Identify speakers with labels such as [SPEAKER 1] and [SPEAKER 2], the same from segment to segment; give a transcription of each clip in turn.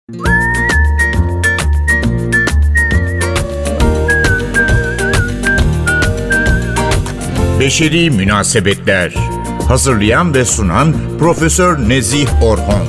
[SPEAKER 1] Beşeri Münasebetler. Hazırlayan ve sunan Profesör Nezih Orhon.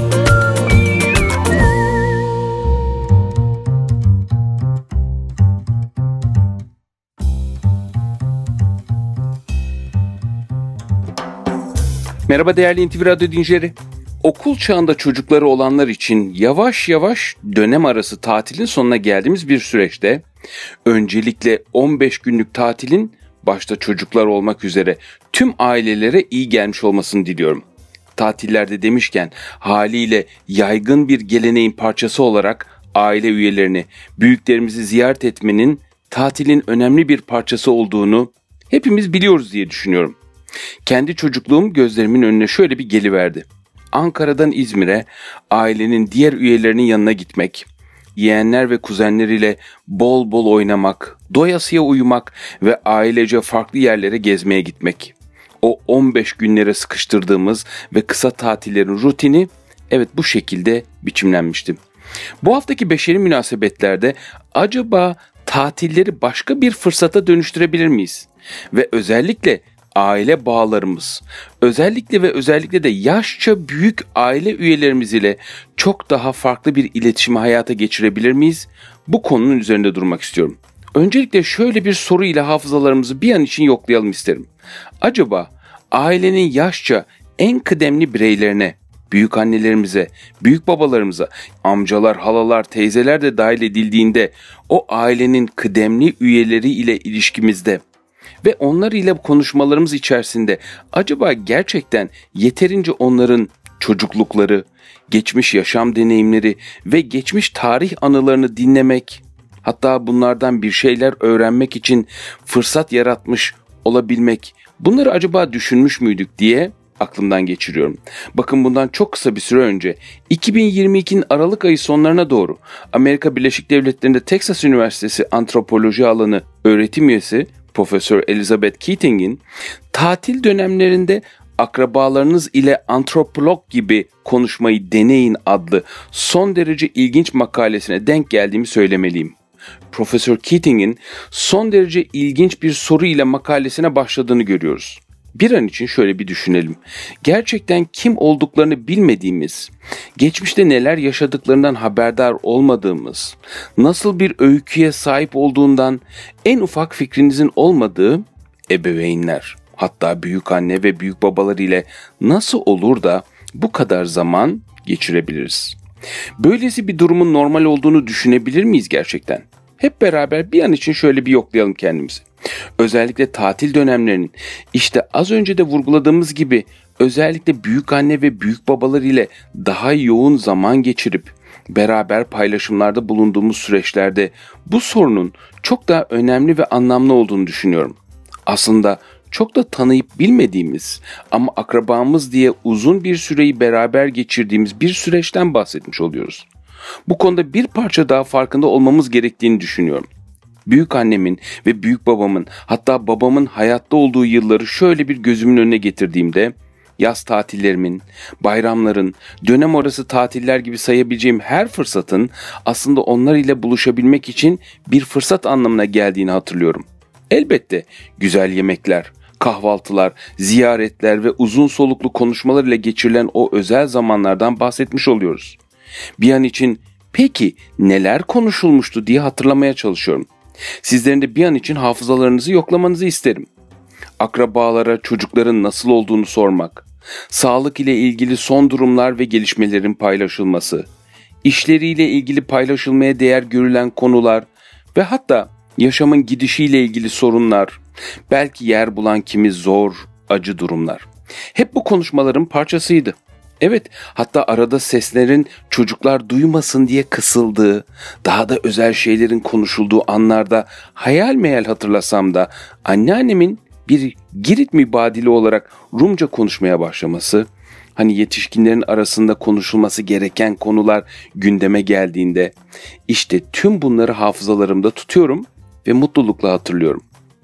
[SPEAKER 2] Merhaba değerli NTV Radyo dinleyicileri. Okul çağında çocukları olanlar için yavaş yavaş dönem arası tatilin sonuna geldiğimiz bir süreçte öncelikle 15 günlük tatilin başta çocuklar olmak üzere tüm ailelere iyi gelmiş olmasını diliyorum. Tatillerde demişken haliyle yaygın bir geleneğin parçası olarak aile üyelerini, büyüklerimizi ziyaret etmenin tatilin önemli bir parçası olduğunu hepimiz biliyoruz diye düşünüyorum. Kendi çocukluğum gözlerimin önüne şöyle bir geliverdi. Ankara'dan İzmir'e ailenin diğer üyelerinin yanına gitmek, yeğenler ve kuzenleriyle bol bol oynamak, doyasıya uyumak ve ailece farklı yerlere gezmeye gitmek. O 15 günlere sıkıştırdığımız ve kısa tatillerin rutini evet bu şekilde biçimlenmişti. Bu haftaki beşeri münasebetlerde acaba tatilleri başka bir fırsata dönüştürebilir miyiz? Ve özellikle aile bağlarımız, özellikle de yaşça büyük aile üyelerimiz ile çok daha farklı bir iletişimi hayata geçirebilir miyiz? Bu konunun üzerinde durmak istiyorum. Öncelikle şöyle bir soru ile hafızalarımızı bir an için yoklayalım isterim. Acaba ailenin yaşça en kıdemli bireylerine, büyük annelerimize, büyük babalarımıza, amcalar, halalar, teyzeler de dahil edildiğinde o ailenin kıdemli üyeleri ile ilişkimizde ve onlar ile konuşmalarımız içerisinde acaba gerçekten yeterince onların çocuklukları, geçmiş yaşam deneyimleri ve geçmiş tarih anılarını dinlemek, hatta bunlardan bir şeyler öğrenmek için fırsat yaratmış olabilmek, bunları acaba düşünmüş müydük diye aklımdan geçiriyorum. Bakın bundan çok kısa bir süre önce 2022'nin Aralık ayı sonlarına doğru Amerika Birleşik Devletleri'nde Texas Üniversitesi Antropoloji alanı öğretim üyesi Profesör Elizabeth Keating'in tatil dönemlerinde akrabalarınız ile antropolog gibi konuşmayı deneyin adlı son derece ilginç makalesine denk geldiğimi söylemeliyim. Profesör Keating'in son derece ilginç bir soru ile makalesine başladığını görüyoruz. Bir an için şöyle bir düşünelim. Gerçekten kim olduklarını bilmediğimiz, geçmişte neler yaşadıklarından haberdar olmadığımız, nasıl bir öyküye sahip olduğundan en ufak fikrinizin olmadığı ebeveynler, hatta büyük anne ve büyük babalar ile nasıl olur da bu kadar zaman geçirebiliriz? Böylesi bir durumun normal olduğunu düşünebilir miyiz gerçekten? Hep beraber bir an için şöyle bir yoklayalım kendimizi. Özellikle tatil dönemlerinin işte az önce de vurguladığımız gibi özellikle büyük anne ve büyük babalar ile daha yoğun zaman geçirip beraber paylaşımlarda bulunduğumuz süreçlerde bu sorunun çok daha önemli ve anlamlı olduğunu düşünüyorum. Aslında çok da tanıyıp bilmediğimiz ama akrabamız diye uzun bir süreyi beraber geçirdiğimiz bir süreçten bahsetmiş oluyoruz. Bu konuda bir parça daha farkında olmamız gerektiğini düşünüyorum. Büyük annemin ve büyük babamın, hatta babamın hayatta olduğu yılları şöyle bir gözümün önüne getirdiğimde yaz tatillerimin, bayramların, dönem arası tatiller gibi sayabileceğim her fırsatın aslında onlar ile buluşabilmek için bir fırsat anlamına geldiğini hatırlıyorum. Elbette güzel yemekler, kahvaltılar, ziyaretler ve uzun soluklu konuşmalar ile geçirilen o özel zamanlardan bahsetmiş oluyoruz. Bir an için peki neler konuşulmuştu diye hatırlamaya çalışıyorum. Sizlerin de bir an için hafızalarınızı yoklamanızı isterim. Akrabalara çocukların nasıl olduğunu sormak, sağlık ile ilgili son durumlar ve gelişmelerin paylaşılması, işleriyle ilgili paylaşılmaya değer görülen konular ve hatta yaşamın gidişiyle ilgili sorunlar, belki yer bulan kimi zor, acı durumlar. Hep bu konuşmaların parçasıydı. Evet, hatta arada seslerin çocuklar duymasın diye kısıldığı, daha da özel şeylerin konuşulduğu anlarda hayal meyal hatırlasam da anneannemin bir Girit mübadili olarak Rumca konuşmaya başlaması, hani yetişkinlerin arasında konuşulması gereken konular gündeme geldiğinde işte tüm bunları hafızalarımda tutuyorum ve mutlulukla hatırlıyorum.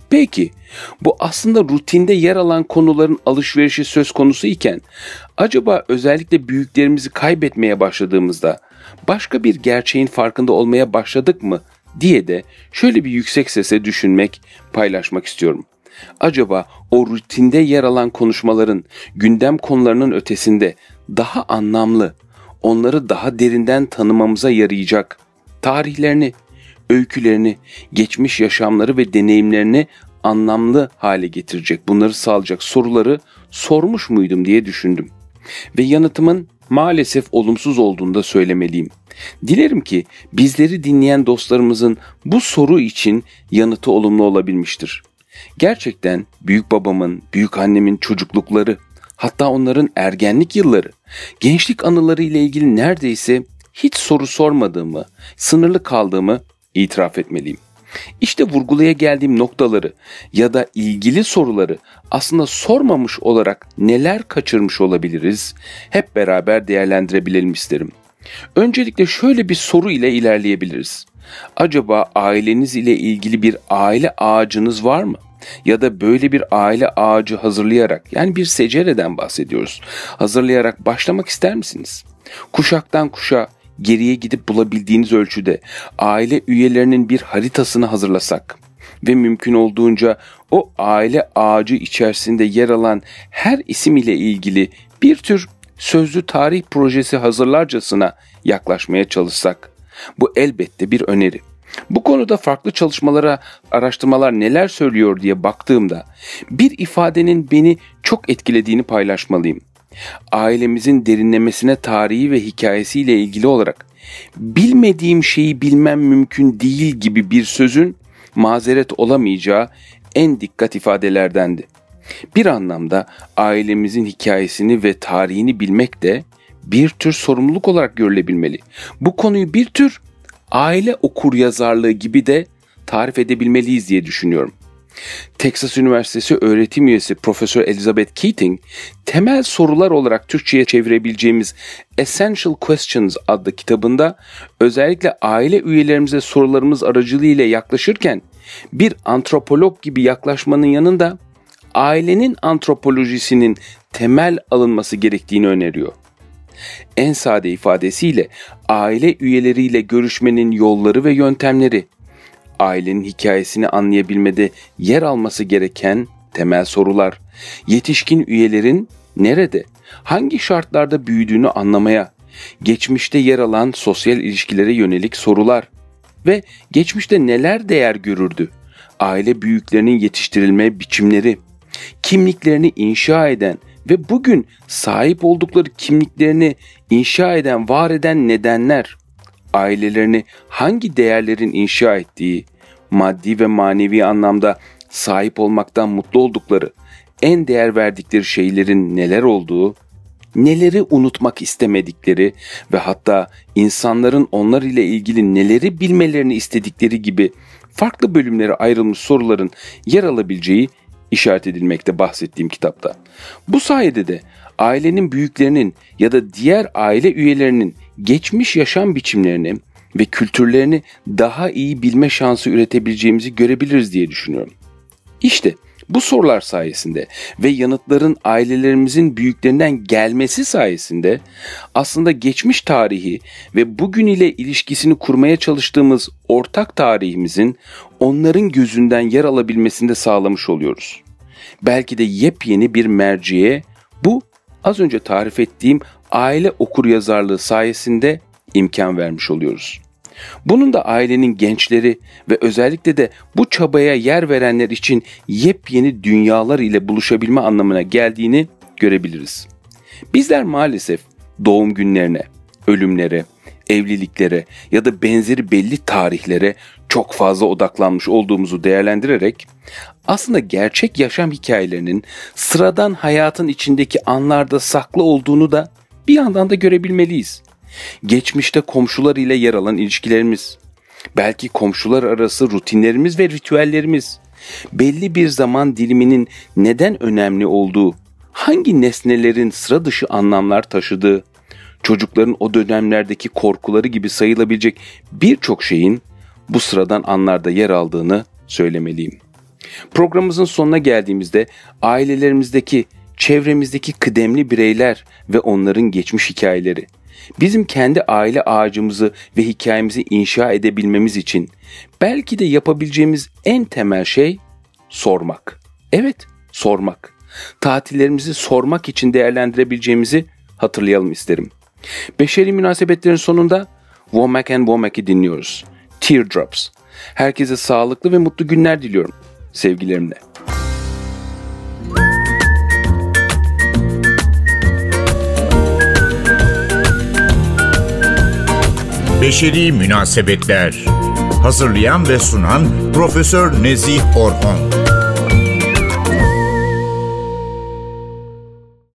[SPEAKER 2] Peki, bu aslında rutinde yer alan konuların alışverişi söz konusu iken, acaba özellikle büyüklerimizi kaybetmeye başladığımızda başka bir gerçeğin farkında olmaya başladık mı diye de şöyle bir yüksek sesle düşünmek, paylaşmak istiyorum. Acaba o rutinde yer alan konuşmaların gündem konularının ötesinde daha anlamlı, onları daha derinden tanımamıza yarayacak tarihlerini, öykülerini, geçmiş yaşamları ve deneyimlerini anlamlı hale getirecek, bunları sağlayacak soruları sormuş muydum diye düşündüm. Ve yanıtımın maalesef olumsuz olduğunu da söylemeliyim. Dilerim ki bizleri dinleyen dostlarımızın bu soru için yanıtı olumlu olabilmiştir. Gerçekten büyük babamın, büyük annemin çocuklukları, hatta onların ergenlik yılları, gençlik anıları ile ilgili neredeyse hiç soru sormadığımı, sınırlı kaldığımı itiraf etmeliyim. İşte vurgulaya geldiğim noktaları ya da ilgili soruları aslında sormamış olarak neler kaçırmış olabiliriz, hep beraber değerlendirebilelim isterim. Öncelikle şöyle bir soru ile ilerleyebiliriz. Acaba aileniz ile ilgili bir aile ağacınız var mı? Ya da böyle bir aile ağacı hazırlayarak, yani bir secereden bahsediyoruz, hazırlayarak başlamak ister misiniz? Kuşaktan kuşağa geriye gidip bulabildiğiniz ölçüde aile üyelerinin bir haritasını hazırlasak ve mümkün olduğunca o aile ağacı içerisinde yer alan her isim ile ilgili bir tür sözlü tarih projesi hazırlarcasına yaklaşmaya çalışsak, bu elbette bir öneri. Bu konuda farklı çalışmalara, araştırmalar neler söylüyor diye baktığımda bir ifadenin beni çok etkilediğini paylaşmalıyım. Ailemizin derinlemesine tarihi ve hikayesiyle ilgili olarak bilmediğim şeyi bilmem mümkün değil gibi bir sözün mazeret olamayacağı en dikkat ifadelerdendi. Bir anlamda ailemizin hikayesini ve tarihini bilmek de bir tür sorumluluk olarak görülebilmeli. Bu konuyu bir tür aile okuryazarlığı gibi de tarif edebilmeliyiz diye düşünüyorum. Texas Üniversitesi öğretim üyesi Profesör Elizabeth Keating, temel sorular olarak Türkçe'ye çevirebileceğimiz Essential Questions adlı kitabında özellikle aile üyelerimize sorularımız aracılığıyla yaklaşırken bir antropolog gibi yaklaşmanın yanında ailenin antropolojisinin temel alınması gerektiğini öneriyor. En sade ifadesiyle aile üyeleriyle görüşmenin yolları ve yöntemleri, ailenin hikayesini anlayabilmede yer alması gereken temel sorular, yetişkin üyelerin nerede, hangi şartlarda büyüdüğünü anlamaya, geçmişte yer alan sosyal ilişkilere yönelik sorular ve geçmişte neler değer görürdü, aile büyüklerinin yetiştirilme biçimleri, kimliklerini inşa eden ve bugün sahip oldukları kimliklerini inşa eden, var eden nedenler, ailelerini hangi değerlerin inşa ettiği, maddi ve manevi anlamda sahip olmaktan mutlu oldukları, en değer verdikleri şeylerin neler olduğu, neleri unutmak istemedikleri ve hatta insanların onlar ile ilgili neleri bilmelerini istedikleri gibi farklı bölümlere ayrılmış soruların yer alabileceği işaret edilmekte bahsettiğim kitapta. Bu sayede de ailenin büyüklerinin ya da diğer aile üyelerinin geçmiş yaşam biçimlerini ve kültürlerini daha iyi bilme şansı üretebileceğimizi görebiliriz diye düşünüyorum. İşte bu sorular sayesinde ve yanıtların ailelerimizin büyüklerinden gelmesi sayesinde aslında geçmiş tarihi ve bugün ile ilişkisini kurmaya çalıştığımız ortak tarihimizin onların gözünden yer alabilmesini de sağlamış oluyoruz. Belki de yepyeni bir merciye bu az önce tarif ettiğim aile okuryazarlığı sayesinde imkan vermiş oluyoruz. Bunun da ailenin gençleri ve özellikle de bu çabaya yer verenler için yepyeni dünyalar ile buluşabilme anlamına geldiğini görebiliriz. Bizler maalesef doğum günlerine, ölümlere, evliliklere ya da benzeri belli tarihlere çok fazla odaklanmış olduğumuzu değerlendirerek aslında gerçek yaşam hikayelerinin sıradan hayatın içindeki anlarda saklı olduğunu da bir yandan da görebilmeliyiz. Geçmişte komşular ile yer alan ilişkilerimiz, belki komşular arası rutinlerimiz ve ritüellerimiz, belli bir zaman diliminin neden önemli olduğu, hangi nesnelerin sıra dışı anlamlar taşıdığı, çocukların o dönemlerdeki korkuları gibi sayılabilecek birçok şeyin bu sıradan anlarda yer aldığını söylemeliyim. Programımızın sonuna geldiğimizde ailelerimizdeki, çevremizdeki kıdemli bireyler ve onların geçmiş hikayeleri, bizim kendi aile ağacımızı ve hikayemizi inşa edebilmemiz için belki de yapabileceğimiz en temel şey sormak. Evet, sormak. Tatillerimizi sormak için değerlendirebileceğimizi hatırlayalım isterim. Beşeri münasebetlerin sonunda Womack and Womack'i dinliyoruz. Teardrops. Herkese sağlıklı ve mutlu günler diliyorum. Sevgilerimle.
[SPEAKER 1] Beşeri Münasebetler. Hazırlayan ve sunan Profesör Nezih Orhon.